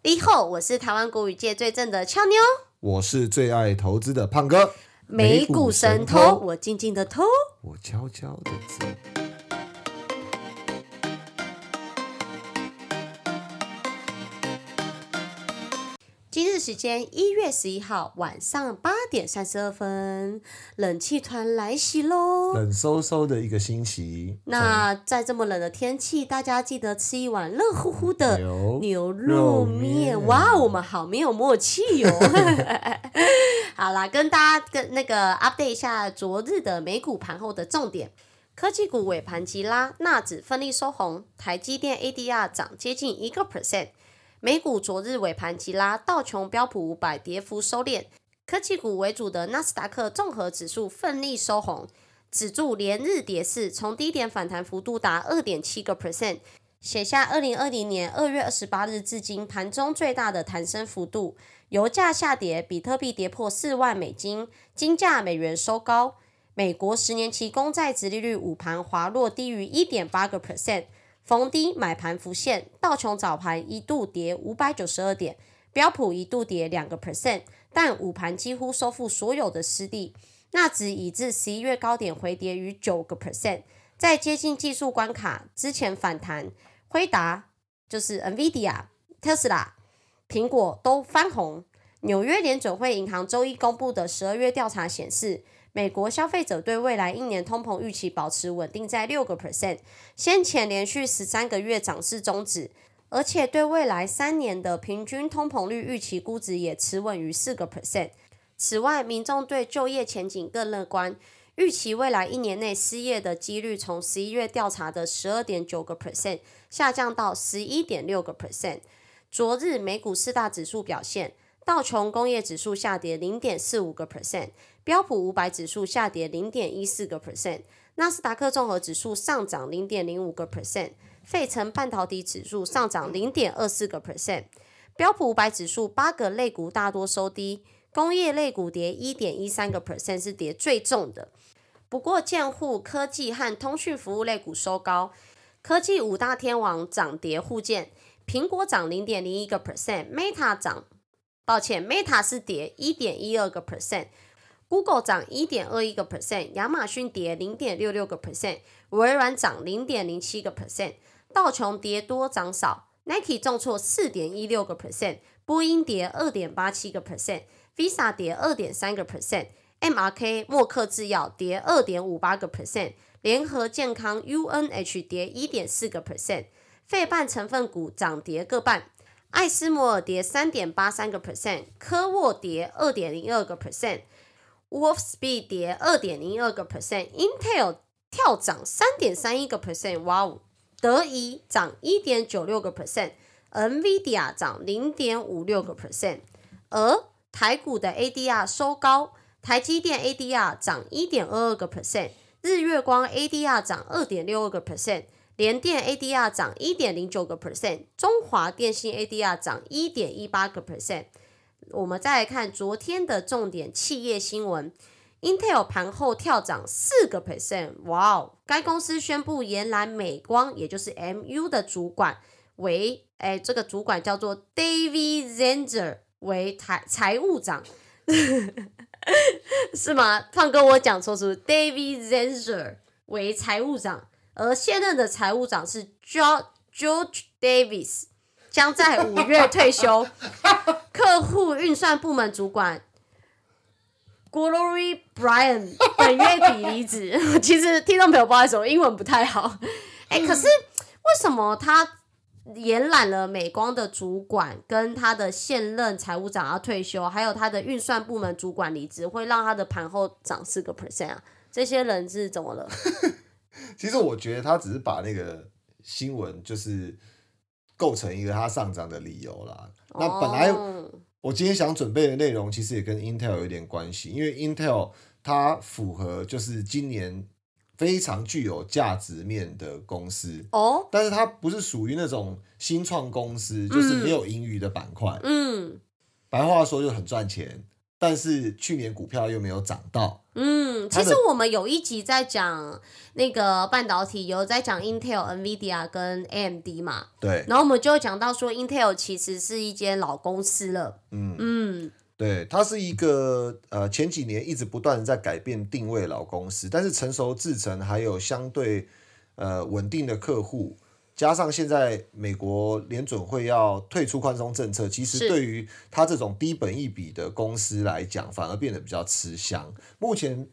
你好，我是台湾国语界最正的俏妞， 我是最爱投资的胖哥。 美股神偷，我静静的偷， 我悄悄的走。 今日时间1月11号晚上8点32分，冷气团来袭咯。 冷飕飕的一个星期。 那在这么冷的天气，大家记得吃一碗热乎乎的牛肉面。哇，我们好没有默契哦。好啦，跟大家update 一下昨日的美股盘后的重点。科技股尾盘急拉，纳指奋力收红，台积电 ADR 涨接近1%。美股昨日尾盘急拉，道琼标普500跌幅收敛，科技股为主的纳斯达克综合指数奋力收红，指数连日跌势，从低点反弹幅度达 2.7%， 写下2020年2月28日至今盘中最大的弹升幅度。油价下跌，比特币跌破4万美金，金价美元收高。美国10年期公债殖利率午盘滑落低于 1.8%，逢低买盘浮现，道琼早盘一度跌592点，标普一度跌2%，但午盘几乎收复所有的失地。纳指已至11月高点回跌逾9%，在接近技术关卡之前反弹，辉达就是 NVIDIA、特斯拉、苹果都翻红。纽约联准会银行周一公布的12月调查显示，美国消费者对未来1年通膨预期保持稳定在6%，先前连续13个月涨势终止，而且对未来3年的平均通膨率预期估值也持稳于4%。此外，民众对就业前景更乐观，预期未来1年内失业的几率从11月调查的 12.9% 下降到 11.6%。昨日美股4大指数表现，道琼工业指数下跌 0.45%， 标普500指数下跌 0.14%， 纳斯达克综合指数上涨 0.05%， 费城半导体指数上涨 0.24%。 标普500指数8个类股大多收低，工业类股跌 1.13% 是跌最重的。不过建护、科技和通讯服务类股收高，科技5大天王涨跌互见，苹果涨 0.01%， Meta 是跌 1.12%， Google 涨 1.21%， 亚马逊跌 0.66%， 微软涨 0.07%， 道琼跌多涨少， Nike 重挫 4.16%， 波音跌 2.87%， Visa 跌 2.3%， MRK 默克制药跌 2.58%， 联合健康 UNH 跌 1.4%， 费半成分股涨跌各半，艾斯摩尔跌 3.83%， 科沃跌 2.02%， Wolfspeed 跌 2.02%， Intel 跳涨 3.31%， 哇哦！德仪涨 1.96%， NVIDIA 涨 0.56%。 而台股的 ADR 收高，台积电 ADR 涨 1.22%， 日月光 ADR 涨 2.62%，联电 ADR 涨 1.09%， 中华电信 ADR 涨 1.18%。 我们再来看昨天的重点企业新闻， Intel 盘后跳涨 4%， 哇哦！该公司宣布延揽美光，也就是 MU 的主管为这个主管叫做 David Zinsner 为财务长。是吗？胖哥我讲错是不是？ David Zinsner 为财务长，而现任的财务长是 George Davis， 将在5月退休。客户运算部门主管 Glory Bryan 本月底离职。其实听众朋友不好意思，我英文不太好。可是为什么他延揽了美光的主管跟他的现任财务长要退休，还有他的运算部门主管离职，会让他的盘后涨 4% 啊？这些人是怎么了？ 其实我觉得他只是把那个新闻就是构成一个他上涨的理由啦。那本来我今天想准备的内容其实也跟 Intel 有点关系，因为 Intel 它符合就是今年非常具有价值面的公司，但是它不是属于那种新创公司，就是没有盈余的板块。白话说就很赚钱， 但是去年股票又没有涨到。 其实我们有一集在讲那个半导体，有在讲 Intel、NVIDIA 跟 AMD 嘛， 对， 然后我们就讲到说 Intel 其实是一间老公司了， 对，它是一个前几年一直不断的在改变定位老公司，但是成熟制程还有相对稳定的客户，加上现在美国联准会要退出宽松政策，其实对于它这种低本益比的公司来讲，反而变得比较吃香。目前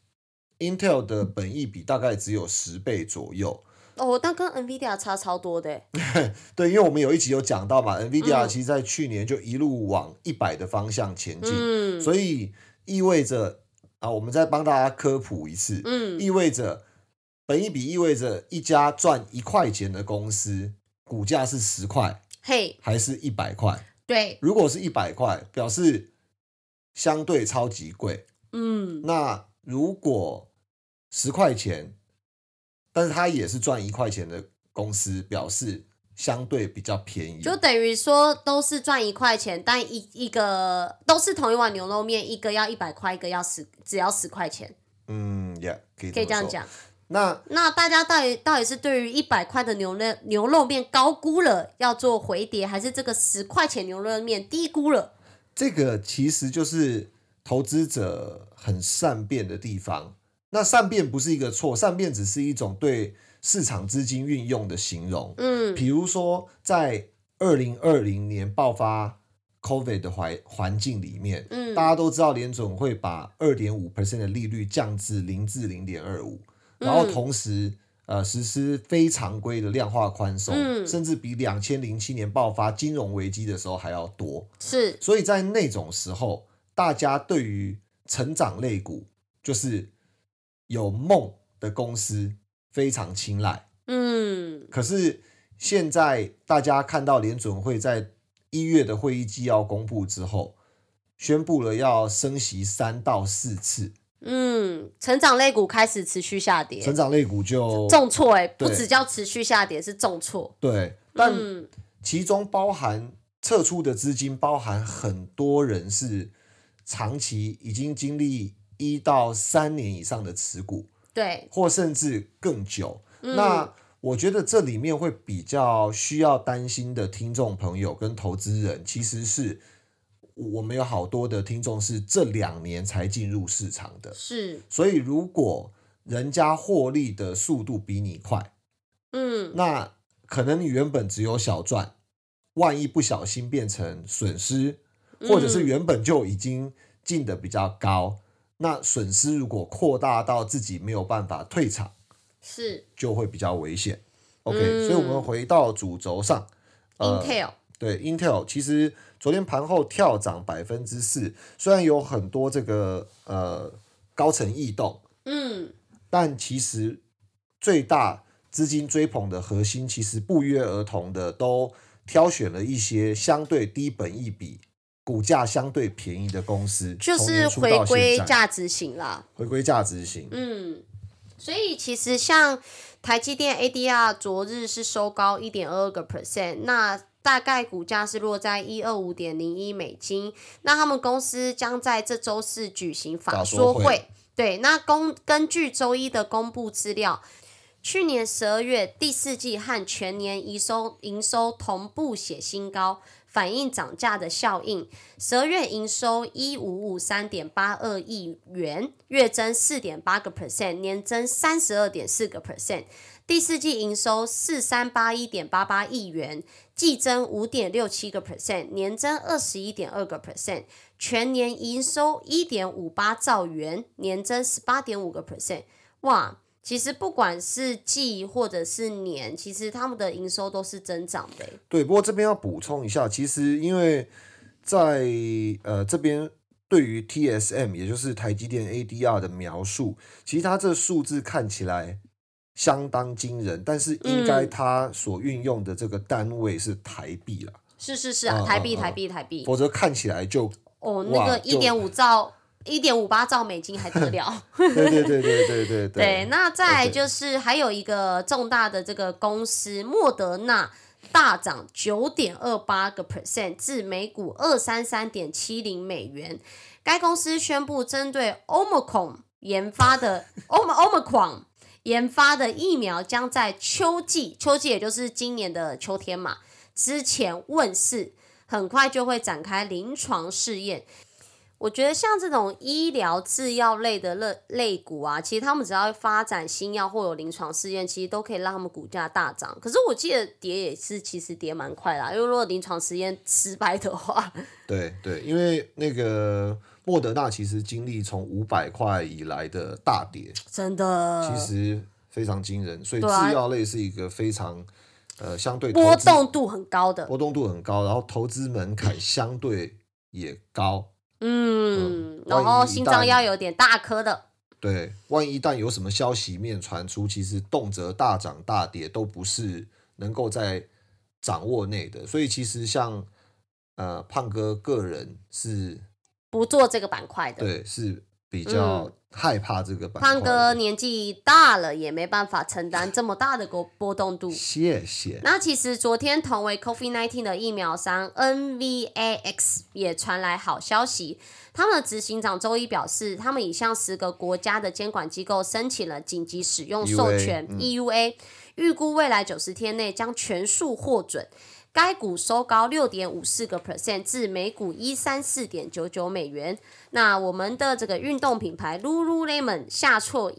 Intel 的本益比大概只有10倍左右。 但跟 NVIDIA 差超多的。 对，因为我们有一集有讲到嘛，NVIDIA 其实在去年就一路往100的方向前进，所以意味着我们再帮大家科普一次，意味着本益比意味着一家赚1块钱的公司，股价是10块，还是100块？ 对， 如果是100块，表示相对超级贵。那如果10块钱，但是它也是赚1块钱的公司，表示相对比较便宜， 就等于说都是赚1块钱，但一个都是同一碗牛肉面，一个要100块，一个只要10块钱。 可以这样讲。 那大家到底是对于100块的牛肉面高估了要做回跌，还是这个10块钱牛肉面低估了？ 这个其实就是投资者很善变的地方。那善变不是一个错，善变只是一种对市场资金运用的形容。比如说在2020年爆发 COVID 的环境里面，大家都知道联准会把2.5% 的利率降至0至0.25%，然后同时实施非常规的量化宽松，甚至比2007年爆发金融危机的时候还要多。所以在那种时候，大家对于成长类股，就是有梦的公司非常青睐。可是现在大家看到联准会在1月的会议纪要公布之后，宣布了要升息3到4次。 成长类股开始持续下跌， 成长类股就重挫不只叫持续下跌，是重挫。 对，但其中包含撤出的资金，包含很多人是长期已经经历1到3年以上的持股， 对， 或甚至更久。那我觉得这里面会比较需要担心的听众朋友跟投资人，其实是我们有好多的听众是这2年才进入市场的，所以如果人家获利的速度比你快，那可能你原本只有小赚，万一不小心变成损失，或者是原本就已经进得比较高，那损失如果扩大到自己没有办法退场，就会比较危险。OK，所以我们回到主轴上 ，Intel。 对 Intel 其实昨天盘后跳涨4%，虽然有很多这个高层异动，但其实最大资金追捧的核心，其实不约而同的都挑选了一些相对低本益比、股价相对便宜的公司， 就是回归价值型啦。 回归价值型。 所以其实像台积电 ADR 昨日是收高1.22%，那大概股价是落在125.01美金。那他们公司将在这周四举行法说会。对，那根据周一的公布资料，去年12月第4季和全年营收同步写新高，反映涨价的效应。12月营收1553.82亿元，月增4.8%，年增32.4%。第4季营收4381.88亿元，季增5.67%，年增21.2%。全年营收1.58兆元，年增18.5%。哇！其实不管是季或者是年，其实他们的营收都是增长的。 对，不过这边要补充一下，其实因为在这边对于 TSM 也就是台积电 ADR 的描述，其实它这数字看起来相当惊人，但是应该它所运用的这个单位是台币啦。 是啊，台币， 否则看起来就那个1.5兆。1.58兆美金还得了？ 对。 对，那再来就是还有一个重大的这个公司莫德纳， 大涨 9.28% 至每股233.70美元。该公司宣布针对 Omicron 研发的疫苗将在秋季也就是今年的秋天嘛之前问世，很快就会展开临床试验。我觉得像这种医疗制药类的类股啊，其实他们只要发展新药或有临床试验，其实都可以让他们股价大涨。可是我记得跌也是其实跌蛮快啦，因为如果临床实验失败的话， 对，因为那个莫德纳其实经历从500块以来的大跌， 真的其实非常惊人，所以制药类是一个非常相对波动度很高的， 然后投资门槛相对也高。 然后心脏要有点大颗的。 对，万一一旦有什么消息面传出，其实动辄大涨大跌都不是能够在掌握内的。所以其实像胖哥个人是不做这个板块的， 对，是比较害怕这个板块的。 胖哥年纪大了，也没办法承担这么大的波动度。 谢谢。 那其实昨天同为 COVID-19 的疫苗商 NVAX 也传来好消息，他们的执行长周一表示，他们已向10个国家的监管机构申请了紧急使用授权 EUA， 预估未来90天内将全数获准。该股收高 6.54% 至每股134.99美元。那我们的这个运动品牌 Lululemon 下挫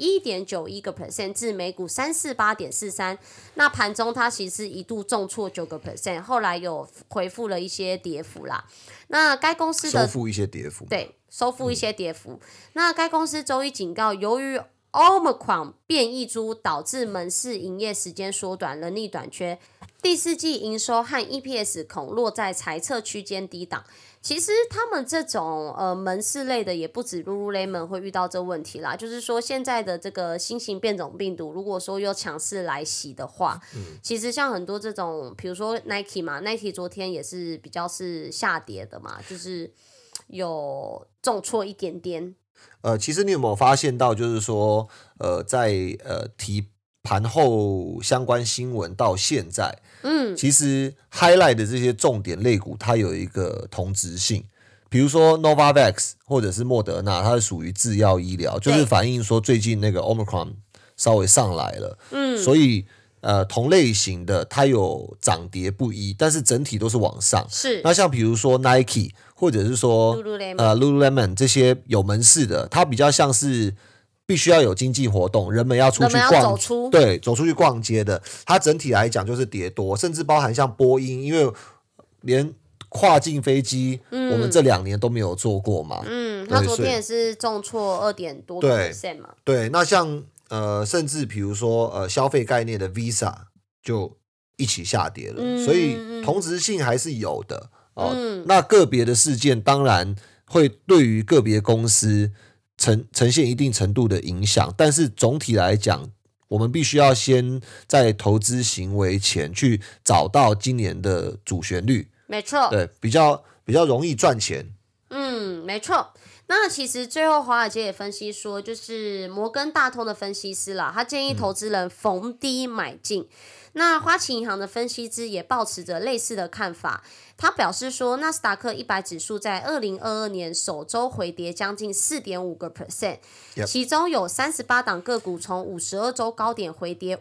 1.91% 至每股348.43。那盘中它其实一度重挫 9%， 后来有恢复了一些跌幅啦。那该公司的收复一些跌幅， 对，收复一些跌幅。那该公司周一警告，由于Omicron 变异株导致门市营业时间缩短、人力短缺，第4季营收和 EPS 恐落在财测区间低档。其实他们这种门市类的也不止 Lululemon 会遇到这问题啦，就是说现在的这个新型变种病毒，如果说又强势来袭的话，其实像很多这种，比如说 Nike 嘛 ，Nike 昨天也是比较是下跌的嘛，就是有重挫一点点。 其实你有没有发现到，就是说，在提盘后相关新闻到现在，其实 highlight 的这些重点类股，它有一个同质性。比如说 Novavax 或者是莫德纳，它是属于制药医疗，就是反映说最近那个 Omicron 稍微上来了，所以同类型的它有涨跌不一，但是整体都是往上。 是。 那像比如说 Nike 或者是说Lululemon 这些有门市的，它比较像是必须要有经济活动，人们要出去逛，走出去逛街的，它整体来讲就是跌多，甚至包含像波音，因为连跨境飞机，我们这2年都没有做过嘛。 它昨天也是重挫2点多%嘛。 对，那像甚至比如说消费概念的 Visa 就一起下跌了，所以同质性还是有的。那个别的事件当然会对于个别公司呈现一定程度的影响，但是总体来讲，我们必须要先在投资行为前去找到今年的主旋律。 没错， 对，比较容易赚钱。 没错。那其实最后华尔街也分析说，就是摩根大通的分析师啦，他建议投资人逢低买进。那花旗银行的分析师也抱持着类似的看法，他表示说，纳斯达克100指数在2022年首周回跌将近 4.5%， 其中有38档个股从52周高点回跌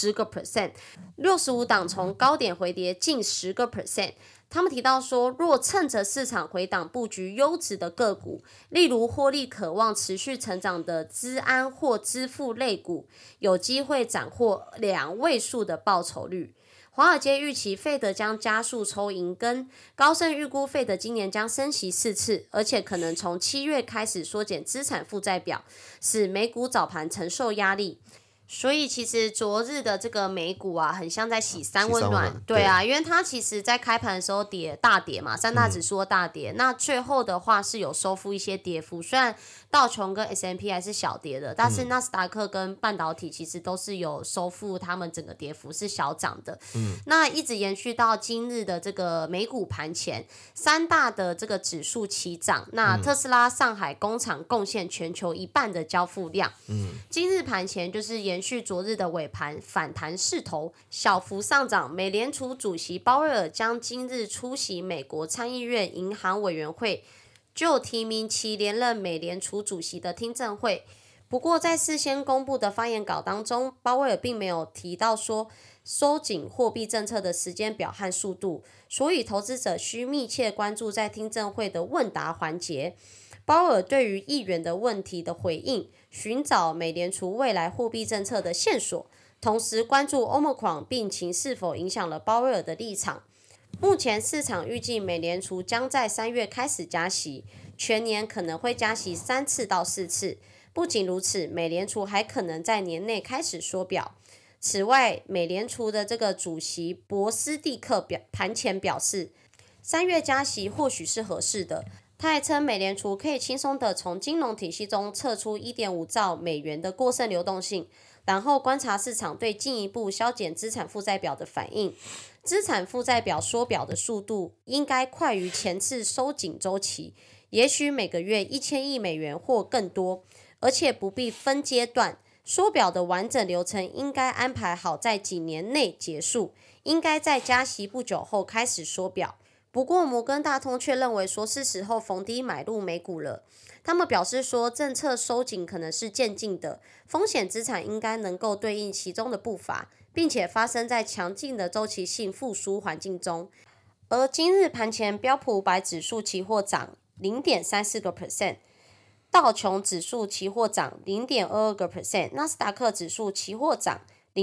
50%， 65档从高点回跌近 10%。他们提到说，若趁着市场回档布局优质的个股，例如获利渴望持续成长的资安或支付类股，有机会斩获2位数的报酬率。华尔街预期费德将加速抽银根，高盛预估费德今年将升息4次，而且可能从7月开始缩减资产负债表，使美股早盘承受压力。所以其实昨日的这个美股啊，很像在洗三温暖，对啊，因为它其实在开盘的时候大跌嘛，三大指数大跌，那最后的话是有收复一些跌幅，虽然道琼跟 S&P 还是小跌的，但是纳斯达克跟半导体其实都是有收复他们整个跌幅，是小涨的。那一直延续到今日的这个美股盘前，3大的这个指数齐涨，那特斯拉上海工厂贡献全球1半的交付量。今日盘前就是延延续昨日的尾盘反弹势头，小幅上涨。美联储主席鲍威尔将今日出席美国参议院银行委员会就提名其连任美联储主席的听证会。不过，在事先公布的发言稿当中，鲍威尔并没有提到说收紧货币政策的时间表和速度，所以投资者需密切关注在听证会的问答环节。鲍威尔对于议员的问题的回应，寻找美联储未来货币政策的线索，同时关注 Omicron 病情是否影响了鲍威尔的立场。目前市场预计美联储将在3月开始加息，全年可能会加息3次到4次。不仅如此，美联储还可能在年内开始缩表。此外，美联储的这个主席博斯蒂克盘前表示，3月加息或许是合适的。他还称，美联储可以轻松地从金融体系中撤出 1.5 兆美元的过剩流动性，然后观察市场对进一步削减资产负债表的反应。资产负债表缩表的速度应该快于前次收紧周期，也许每个月1000亿美元或更多，而且不必分阶段。缩表的完整流程应该安排好在几年内结束，应该在加息不久后开始缩表。不过摩根大通却认为说是时候逢低买入美股了。他们表示说，政策收紧可能是渐进的，风险资产应该能够对应其中的步伐，并且发生在强劲的周期性复苏环境中。而今日盘前标普500指数期货涨 0.34%， 道琼指数期货涨 0.22%， 纳斯达克指数期货涨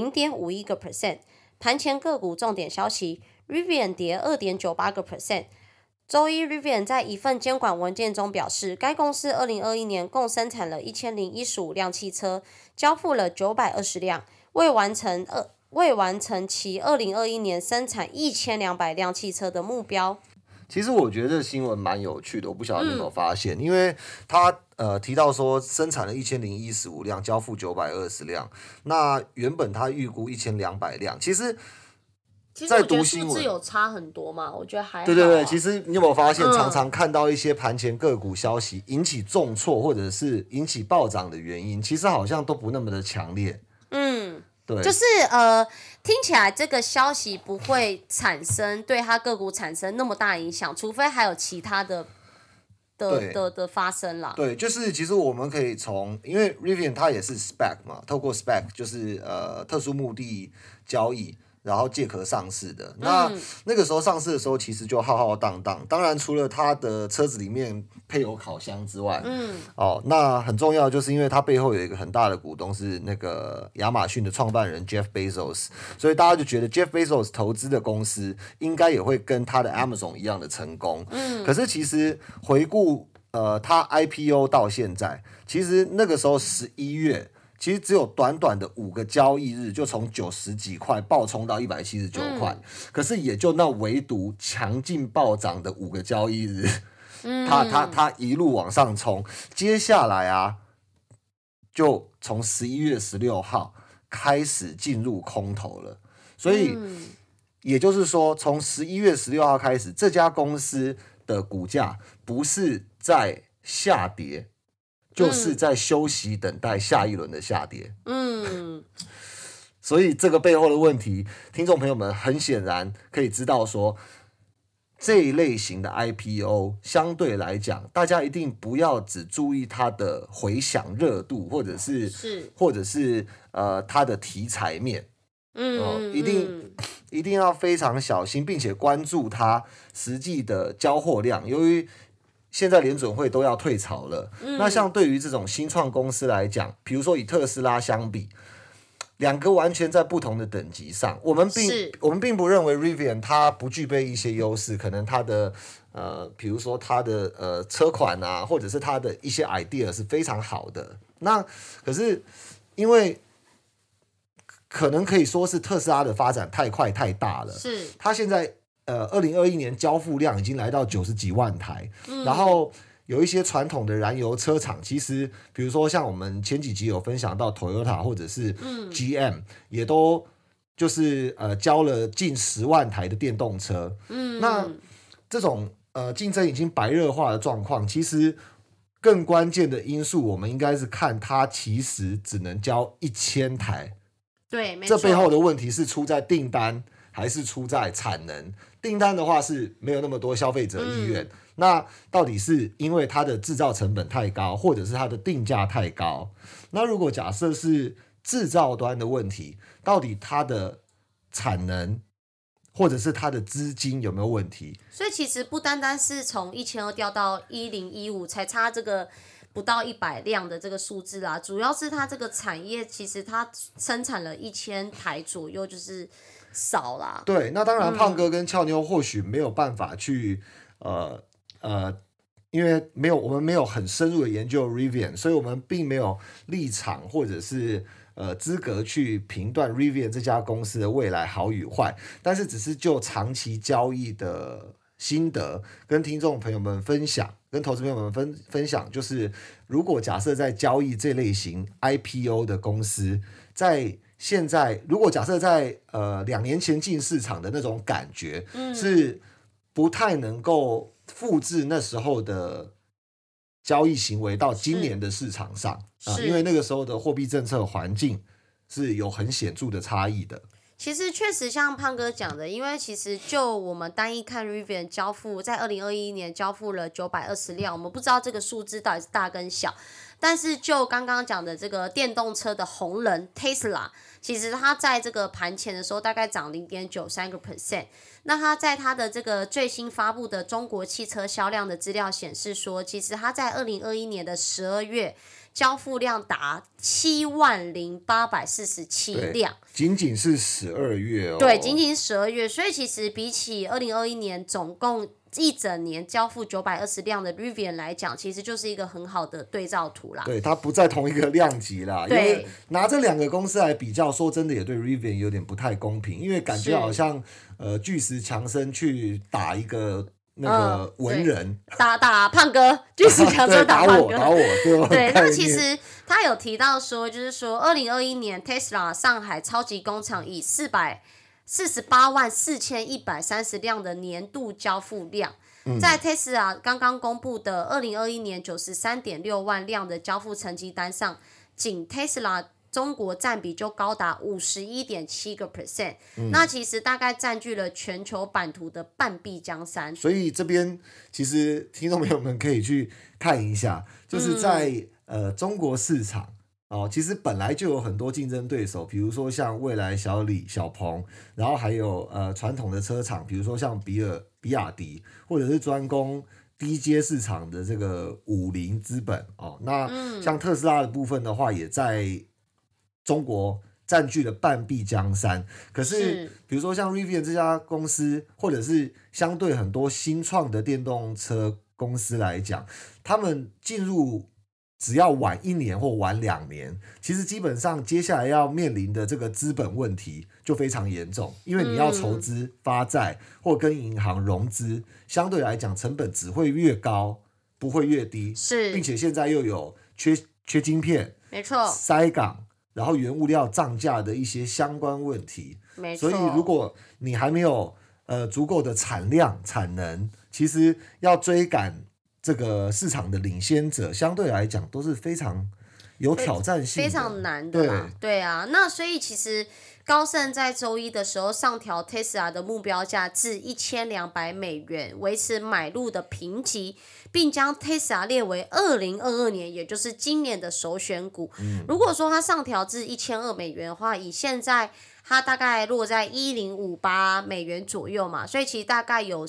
0.51%。 盘前个股重点消息， Rivian 跌 2.98%。 周一 Rivian 在一份监管文件中表示，该公司2021年共生产了1015辆汽车，交付了920辆，未完成其2021年生产1200辆汽车的目标。 其实我觉得这个新闻蛮有趣的，我不晓得你有没有发现，因为他提到说生产了1015辆，交付920辆，那原本他预估1200辆，其实在读新闻数字有差很多嘛，我觉得还好。 对，其实你有没有发现，常常看到一些盘前个股消息引起重挫或者是引起暴涨的原因，其实好像都不那么的强烈。对， 就是听起来这个消息不会对它个股产生那么大影响，除非还有其他的发生啦。 对，就是其实我们可以因为 Rivian 它也是 SPAC 嘛，透过 SPAC 就是特殊目的交易，然后借壳上市的。那个时候上市的时候，其实就浩浩荡荡。当然，除了它的车子里面配有烤箱之外，那很重要，就是因为它背后有一个很大的股东是那个亚马逊的创办人 Jeff Bezos， 所以大家就觉得 Jeff Bezos 投资的公司应该也会跟他的 Amazon 一样的成功。可是其实回顾它 IPO 到现在，其实那个时候11月。其实只有短短的5个交易日，就从90几块暴冲到179块，可是也就那唯独强劲暴涨的5个交易日，它一路往上冲。接下来啊，就从11月16号开始进入空头了，所以也就是说，从11月16号开始，这家公司的股价不是在下跌。就是在休息，等待下一轮的下跌。所以这个背后的问题，听众朋友们很显然可以知道说，这一类型的 IPO 相对来讲，大家一定不要只注意它的回响热度，或者是它的题材面。一定要非常小心，并且关注它实际的交货量。由于现在联准会都要退潮了，那像对于这种新创公司来讲，比如说以特斯拉相比，两个完全在不同的等级上，我们并不认为 Rivian 它不具备一些优势，可能它的比如说它的车款啊，或者是它的一些 idea 是非常好的。那可是因为可能可以说是特斯拉的发展太快太大了，它现在2021年交付量已经来到90几万台，然后有一些传统的燃油车厂，其实比如说像我们前几集有分享到 Toyota 或者是 GM，也都就是交了近10万台的电动车。那这种竞争已经白热化的状况，其实更关键的因素，我们应该是看它其实只能交1000台。 对，没错。 这背后的问题是出在订单还是出在产能？订单的话是没有那么多消费者意愿，那到底是因为它的制造成本太高，或者是它的定价太高？那如果假设是制造端的问题，到底它的产能或者是它的资金有没有问题？ 所以其实不单单是从1200掉到1015，才差这个不到100辆的这个数字啦，主要是它这个产业其实它生产了1000台左右，就是少啦。 对，那当然胖哥跟俏妞或许没有办法去因为我们没有很深入的研究 Rivian， 所以我们并没有立场或者是资格去评断 Rivian 这家公司的未来好与坏，但是只是就长期交易的心得跟听众朋友们分享，跟投资朋友们分享，就是如果假设在交易这类型 IPO 的公司，在现在如果假设在2年前进市场的那种感觉，是不太能够复制那时候的交易行为到今年的市场上因为那个时候的货币政策环境是有很显著的差异的。 其实确实像胖哥讲的，因为其实就我们单一看 Rivian 交付在2021年交付了920辆，我们不知道这个数字到底是大跟小，但是就刚刚讲的这个电动车的红人 Tesla， 其实它在这个盘前的时候大概涨 0.93%， 那它在它的这个最新发布的中国汽车销量的资料显示说，其实它在2021年的12月交付量达70847辆， 仅仅是12月哦。 对，仅仅是12月，所以其实比起2021年总共一整年交付920辆的 Rivian 来讲，其实就是一个很好的对照图啦。 对，它不在同一个量级啦。因为拿这2个公司来比较，说真的也对 Rivian 有点不太公平，因为感觉好像巨石强森去打一个那个文人， 打胖哥，巨石强森打胖哥， 打我， 对，那其实他有提到说，就是说2021年 Tesla 上海超级工厂以4884130辆的年度交付量，在 Tesla 刚刚公布的2021年93.6万辆的交付成绩单上，仅 Tesla中国占比就高达51.7%，那其实大概占据了全球版图的半壁江山。 所以这边其实听众朋友们可以去看一下，就是在中国市场其实本来就有很多竞争对手，比如说像蔚来、小李、小鹏，然后还有传统的车厂，比如说像比亚迪，或者是专攻低阶市场的这个50资本那像特斯拉的部分的话，也在中国占据了半壁江山。可是比如说像 Rivian 这家公司，或者是相对很多新创的电动车公司来讲，他们进入只要晚1年或晚2年，其实基本上接下来要面临的这个资本问题就非常严重，因为你要筹资发债或跟银行融资，相对来讲成本只会越高，不会越低，并且现在又有缺晶片， 没错， 塞港，然后原物料涨价的一些相关问题，所以如果你还没有足够的产量产能，其实要追赶这个市场的领先者，相对来讲都是非常有挑战性的， 非常难的啦。对啊，那所以其实高盛在周一的时候上调 Tesla 的目标价至$1200，维持买入的评级，并将 Tesla 列为2022年，也就是今年的首选股。如果说它上调至$1200的话，以现在它大概落在$1058左右嘛，所以其实大概有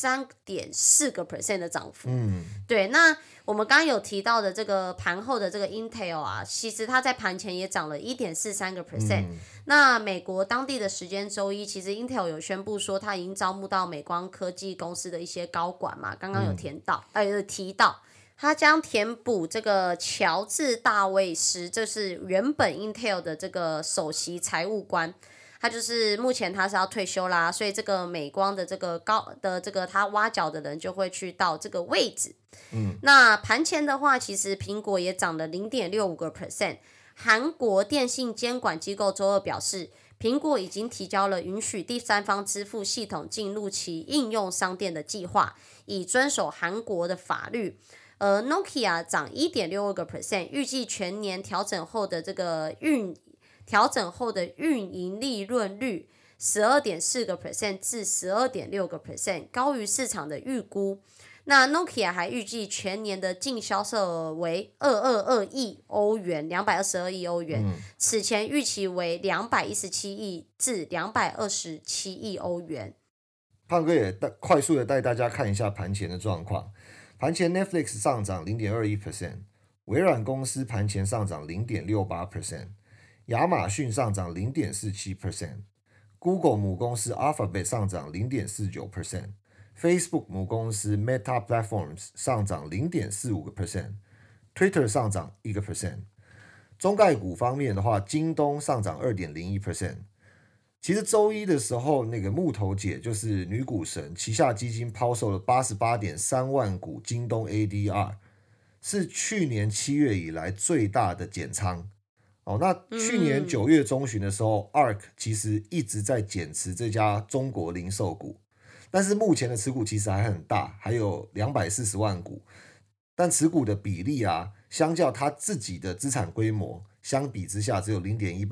13.4% 的涨幅。对，那我们刚刚有提到的这个盘后的这个 Intel 啊，其实它在盘前也涨了1.43%。那美国当地的时间周一，其实 Intel 有宣布说，它已经招募到美光科技公司的一些高管嘛，刚刚有提到，他将填补这个乔治·大卫斯，这是原本 Intel 的这个首席财务官，他就是目前他是要退休啦，所以这个美光的这个他挖角的人就会去到这个位置。那盘前的话，其实苹果也涨了0.65%。韩国电信监管机构周二表示，苹果已经提交了允许第三方支付系统进入其应用商店的计划，以遵守韩国的法律。 而 Nokia 涨 1.62%， 预计全年调整后的运营利润率 12.4% 至 12.6%， 高于市场的预估。那 Nokia 还预计全年的净销售额为222亿欧元，222亿欧元，此前预期为217亿至227亿欧元。 胖哥也快速的带大家看一下盘前的状况。盘前 Netflix 上涨 0.21%， 微软公司盘前上涨 0.68%， 亚马逊上涨 0.47%， Google 母公司 Alphabet 上涨 0.49%， Facebook 母公司 Meta Platforms 上涨 0.45%， Twitter 上涨 1%。 中概股方面的话，京东上涨 2.01%。其实周一的时候，那个木头姐就是女股神旗下基金抛售了 88.3 万股京东 ADR， 是去年7月以来最大的减仓。那去年9月中旬的时候，ARK 其实一直在减持这家中国零售股，但是目前的持股其实还很大，还有240万股，但持股的比例啊，相较他自己的资产规模相比之下只有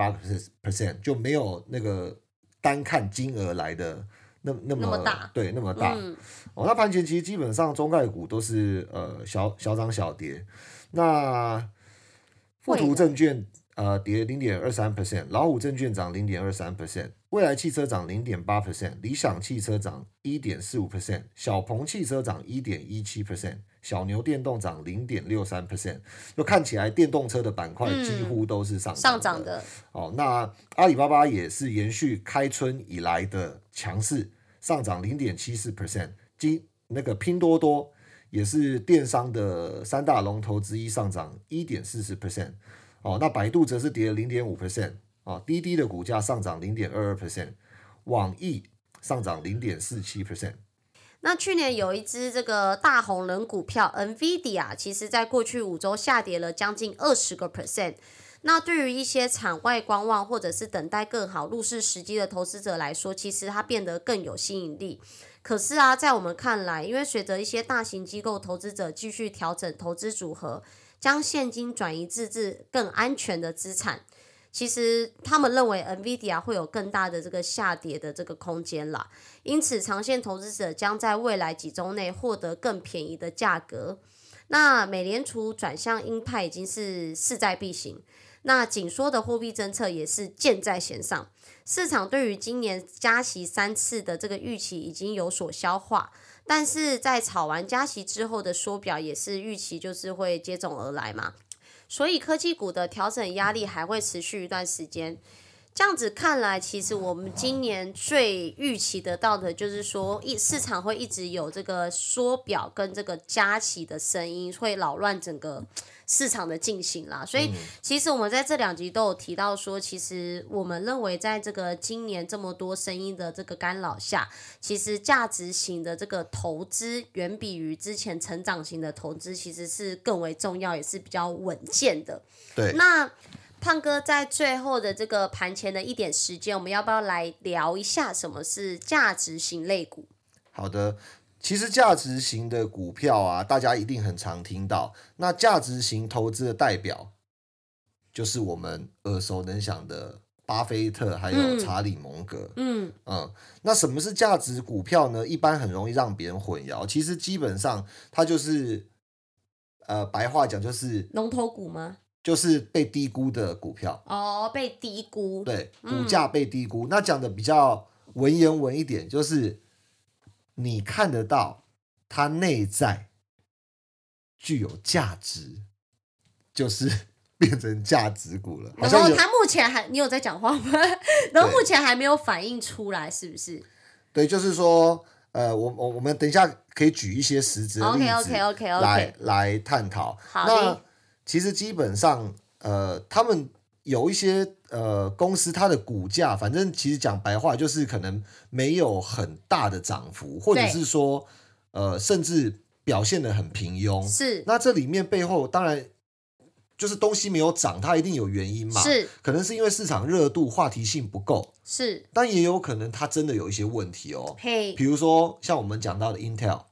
0.18%， 就没有那个单看金额来的那么大， 对，那么大。那盘前其实基本上中概股都是小涨小跌。那富途证券跌 0.23%， 老虎证券涨 0.23%， 未来汽车涨 0.8%， 理想汽车涨 1.45%， 小鹏汽车涨 1.17%， 小牛电动涨 0.63%， 就看起来电动车的板块几乎都是上涨的。那阿里巴巴也是延续开春以来的强势，上涨 0.74%， 那个拼多多也是电商的三大龙头之一，上涨 1.40%。那百度则是跌了 0.5%，滴滴的股价上涨 0.22%， 网易上涨 0.47%。 那去年有一只这个大红人股票 NVIDIA， 其实在过去5周下跌了将近20%。那对于一些场外观望或者是等待更好入市时机的投资者来说，其实它变得更有吸引力。可是啊，在我们看来，因为随着一些大型机构投资者继续调整投资组合，将现金转移至更安全的资产，其实他们认为 NVIDIA 会有更大的这个下跌的这个空间啦。因此长线投资者将在未来几周内获得更便宜的价格。那美联储转向鹰派已经是势在必行，那紧缩的货币政策也是箭在弦上，市场对于今年加息3次的这个预期已经有所消化，但是在炒完加息之后的缩表也是预期就是会接踵而来嘛，所以科技股的调整压力还会持续一段时间。这样子看来，其实我们今年最预期得到的就是说，市场会一直有这个缩表跟这个加息的声音，会扰乱整个市场的进行啦。所以其实我们在这2集都有提到说，其实我们认为在这个今年这么多声音的这个干扰下，其实价值型的这个投资远比于之前成长型的投资其实是更为重要，也是比较稳健的。 对， 那胖哥在最后的这个盘前的一点时间，我们要不要来聊一下什么是价值型类股？ 好的，其实价值型的股票啊，大家一定很常听到。那价值型投资的代表，就是我们耳熟能详的巴菲特还有查理蒙格。那什么是价值股票呢？一般很容易让别人混淆。其实基本上它就是白话讲就是龙头股吗？ 就是被低估的股票。 被低估。 对，股价被低估。那讲的比较文言文一点，就是你看得到它内在具有价值，就是变成价值股了。 然后它目前你有在讲话吗？然后目前还没有反映出来，是不是？ 对，就是说，我们等一下可以举一些实质的例子来探讨。 好的。 那其实基本上，他们有一些公司，它的股价，反正其实讲白话就是可能没有很大的涨幅，或者是说，甚至表现得很平庸。 是。 那这里面背后当然就是东西没有涨，它一定有原因嘛。 是。 可能是因为市场热度、话题性不够。 是。 但也有可能它真的有一些问题哦。 嘿。 比如说像我们讲到的 Intel。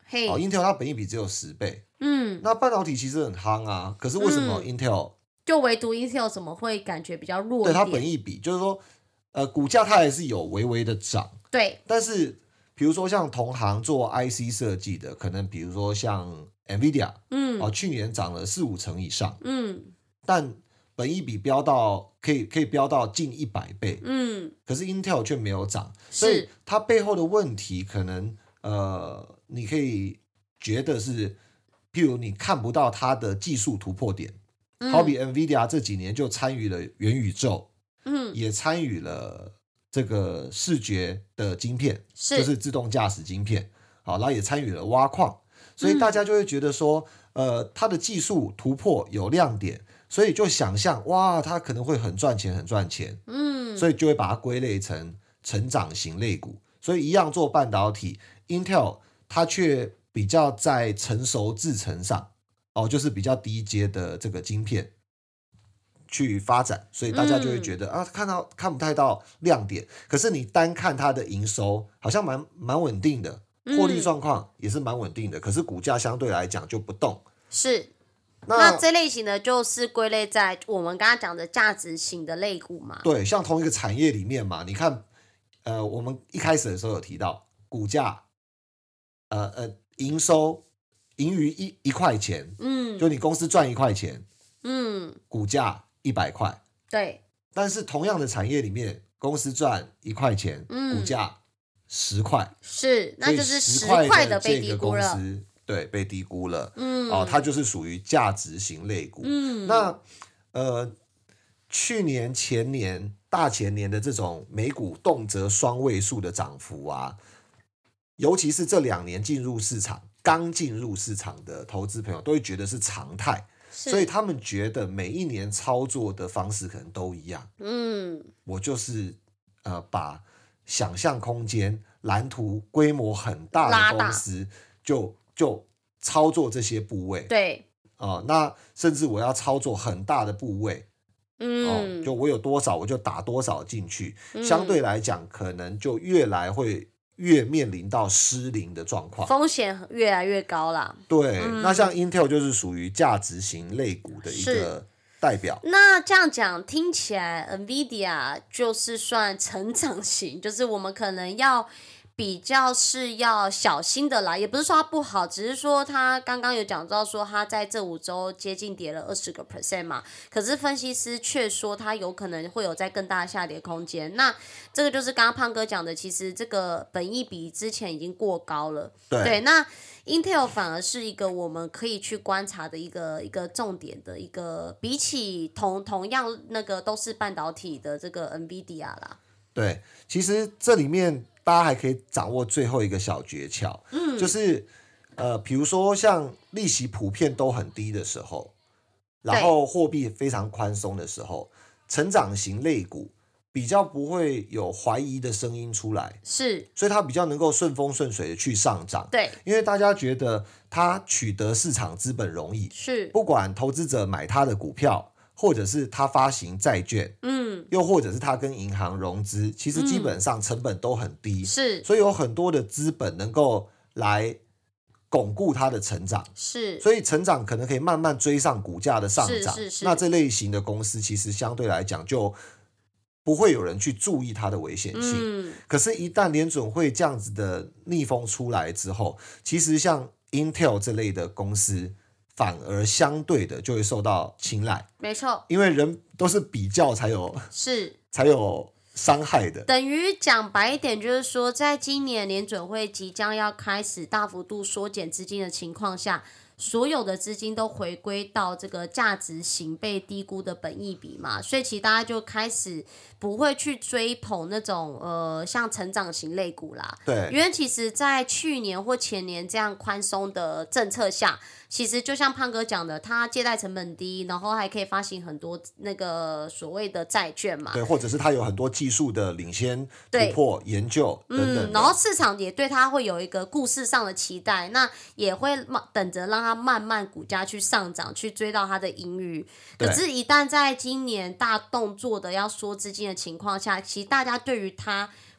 Intel 它本益比只有10倍，那半导体其实很夯啊，可是为什么 Intel 就唯独 Intel 怎么会感觉比较弱一点？ 对它本益比就是说，股价它还是有微微的涨， 对， 但是比如说像同行做 IC 设计的，可能比如说像 NVIDIA，去年涨了4-5成以上，但本益比飙到可以飙到近100倍，可是 Intel 却没有涨，所以它背后的问题可能你可以觉得是，譬如你看不到它的技术突破点，好比 NVIDIA 这几年就参与了元宇宙，也参与了这个视觉的晶片，就是自动驾驶晶片，好，然后也参与了挖矿，所以大家就会觉得说，它的技术突破有亮点，所以就想象哇，它可能会很赚钱，所以就会把它归类成成长型类股。所以一样做半导体 ，Intel 它却比较在成熟制程上，就是比较低阶的这个晶片去发展，所以大家就会觉得看不太到亮点。可是你单看它的营收，好像蛮稳定的，获利状况也是蛮稳定的，可是股价相对来讲就不动。 是。那这类型的就是归类在我们刚刚讲的价值型的类股嘛？ 对，像同一个产业里面嘛，你看，我们一开始的时候有提到股价，营收盈余1块钱，就你公司赚1块钱，股价100块， 对。 但是同样的产业里面，公司赚1块钱，股价10块， 是，那就是10块的被低估了。 对，被低估了，它就是属于价值型类股。那去年、前年、大前年的这种美股动辄双位数的涨幅啊，尤其是这2年刚进入市场的投资朋友都会觉得是常态，所以他们觉得每一年操作的方式可能都一样。我就是把想象空间、蓝图、规模很大的公司就操作这些部位， 对， 那甚至我要操作很大的部位，就我有多少我就打多少进去，相对来讲可能就越面临到失灵的状况， 风险越来越高啦。 对，那像 Intel 就是属于价值型类股的一个代表。 那这样讲听起来 NVIDIA 就是算成长型，就是我们可能要比较是要小心的啦，也不是说它不好，只是说它刚刚有讲到说它在这5周接近跌了20% 嘛，可是分析师却说它有可能会有在更大的下跌空间。那这个就是刚刚胖哥讲的，其实这个本益比之前已经过高了。对，那 Intel 反而是一个我们可以去观察的一个重点的一个，比起同样那个都是半导体的这个 NVIDIA 啦。 对，其实这里面大家还可以掌握最后一个小诀窍，就是比如说像利息普遍都很低的时候，然后货币非常宽松的时候，成长型类股比较不会有怀疑的声音出来， 是， 所以它比较能够顺风顺水的去上涨。 对， 因为大家觉得它取得市场资本容易， 是， 不管投资者买它的股票，或者是它发行债券，又或者是它跟银行融资，其实基本上成本都很低， 是， 所以有很多的资本能够来巩固它的成长， 是， 所以成长可能可以慢慢追上股价的上涨。 是那这类型的公司其实相对来讲就不会有人去注意它的危险性。可是，一旦联准会这样子的逆风出来之后，其实像 Intel 这类的公司反而相对的就会受到青睐。 没错， 因为人都是比较才有伤害的。 等于讲白一点，就是说，在今年联准会即将要开始大幅度缩减资金的情况下，所有的资金都回归到这个价值型被低估的本益比嘛，所以其实大家就开始不会去追捧那种像成长型类股啦。 对， 因为其实在去年或前年这样宽松的政策下，其实就像胖哥讲的，它借贷成本低，然后还可以发行很多那个所谓的债券嘛。 对，或者是它有很多技术的领先突破研究等等。 然后市场也对它会有一个故事上的期待，那也会等着让它慢慢股价去上涨，去追到它的盈余。可是，一旦在今年大动作的要缩资金的情况下，其实大家对于它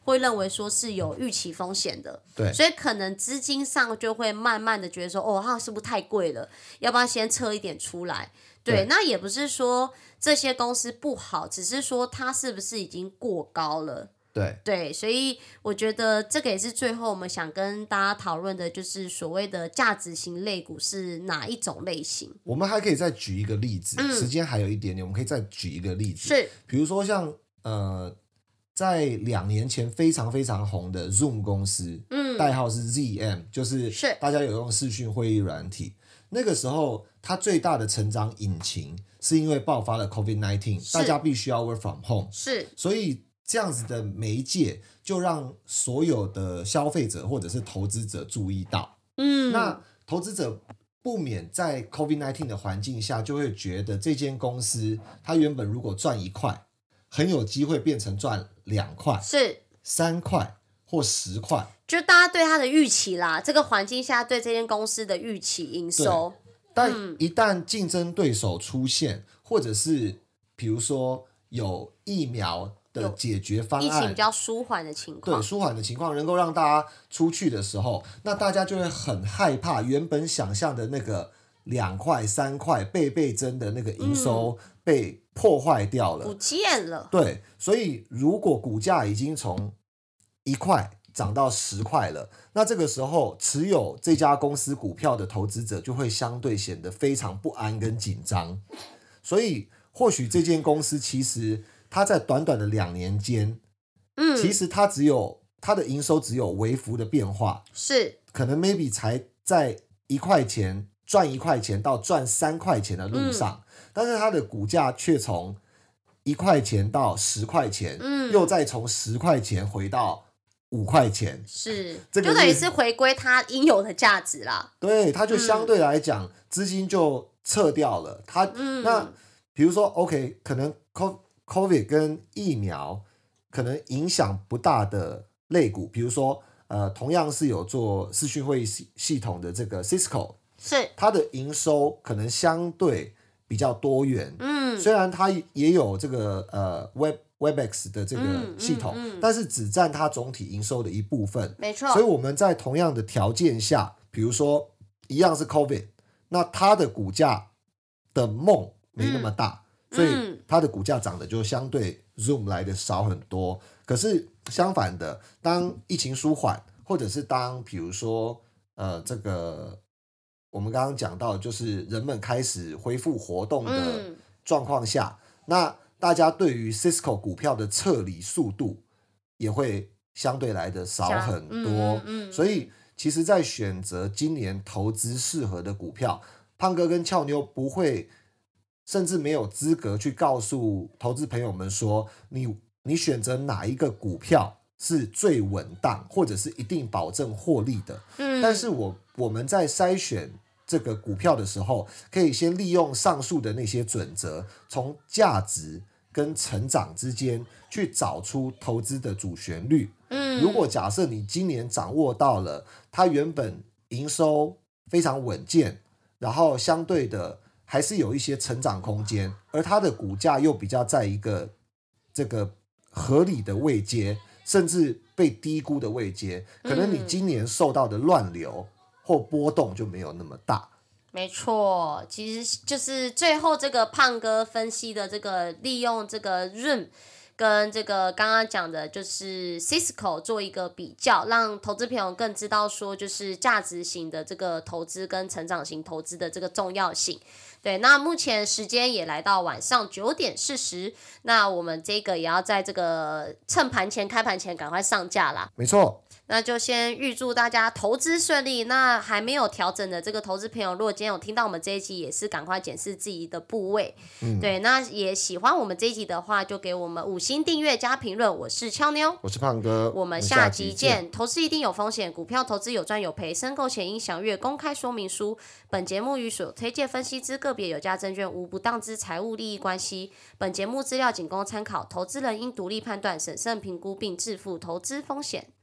会认为说是有预期风险的， 对， 所以可能资金上就会慢慢的觉得说，哦，它是不是太贵了，要不要先撤一点出来？对，那也不是说这些公司不好，只是说它是不是已经过高了。 对， 所以我觉得这个也是最后我们想跟大家讨论的，就是所谓的价值型类股是哪一种类型。 我们还可以再举一个例子，时间还有一点点，我们可以再举一个例子， 是， 比如说像在2年前非常非常红的 Zoom 公司，代号是 ZM， 就是大家有用视讯会议软体。那个时候，它最大的成长引擎是因为爆发了 COVID-19， 大家必须要 work from home， 所以这样子的媒介就让所有的消费者或者是投资者注意到。那投资者不免在 COVID-19 的环境下，就会觉得这间公司它原本如果赚1块，很有机会变成赚2块、3块或10块。 就大家对它的预期啦，这个环境下对这间公司的预期营收。 但一旦竞争对手出现，或者是比如说有疫苗的解决方案， 疫情比较舒缓的情况， 对，舒缓的情况能够让大家出去的时候，那大家就会很害怕原本想象的那个2块3块倍增的那个营收被破坏掉了， 不见了。 对，所以如果股价已经从1块涨到10块了，那这个时候持有这家公司股票的投资者就会相对显得非常不安跟紧张。所以或许这间公司其实它在短短的2年间，其实它的营收只有微幅的变化，可能 maybe 才在1块钱赚1块钱到赚3块钱的路上，但是它的股价却从1块钱到10块钱，又再从10块钱回到5块钱， 就等于是回归它应有的价值啦。 对，它就相对来讲，资金就撤掉了。那比如说 OK， 可能 COVID 跟疫苗可能影响不大的类股，比如说同样是有做视讯会议系统的这个 Cisco， 它的营收可能相对比较多元。虽然它也有这个Webex 的这个系统，但是只占它总体营收的一部分。 没错。 所以我们在同样的条件下，比如说一样是 COVID， 那它的股价的梦没那么大，所以它的股价涨的就相对 Zoom 来的少很多。可是相反的，当疫情舒缓，或者是当比如说这个我们刚刚讲到，就是人们开始恢复活动的状况下，那大家对于 Cisco 股票的撤离速度也会相对来的少很多。所以其实在选择今年投资适合的股票，胖哥跟俏妞不会，甚至没有资格去告诉投资朋友们说你选择哪一个股票是最稳当，或者是一定保证获利的。但是我们在筛选这个股票的时候，可以先利用上述的那些准则，从价值跟成长之间去找出投资的主旋律。如果假设你今年掌握到了它原本营收非常稳健，然后相对的还是有一些成长空间，而它的股价又比较在一个这个合理的位阶，甚至被低估的位阶，可能你今年受到的乱流或波动就没有那么大。 没错，其实就是最后这个胖哥分析的这个利用这个 Zoom 跟这个刚刚讲的就是 Cisco 做一个比较，让投资朋友更知道说就是价值型的这个投资跟成长型投资的这个重要性。对，那目前时间也来到晚上9:40，那我们这个也要在这个趁盘前开盘前赶快上架啦。 没错。 那就先预祝大家投资顺利。那还没有调整的这个投资朋友，如果今天有听到我们这一集，也是赶快检视自己的部位。对，那也喜欢我们这一集的话，就给我们5星订阅加评论。我是俏妞， 我是胖哥， 我们下集见。投资一定有风险，股票投资有赚有赔，申购前应详阅公开说明书。本节目与所推荐分析之个别有价证券无不当之财务利益关系。本节目资料仅供参考，投资人应独立判断、审慎评估并自负投资风险。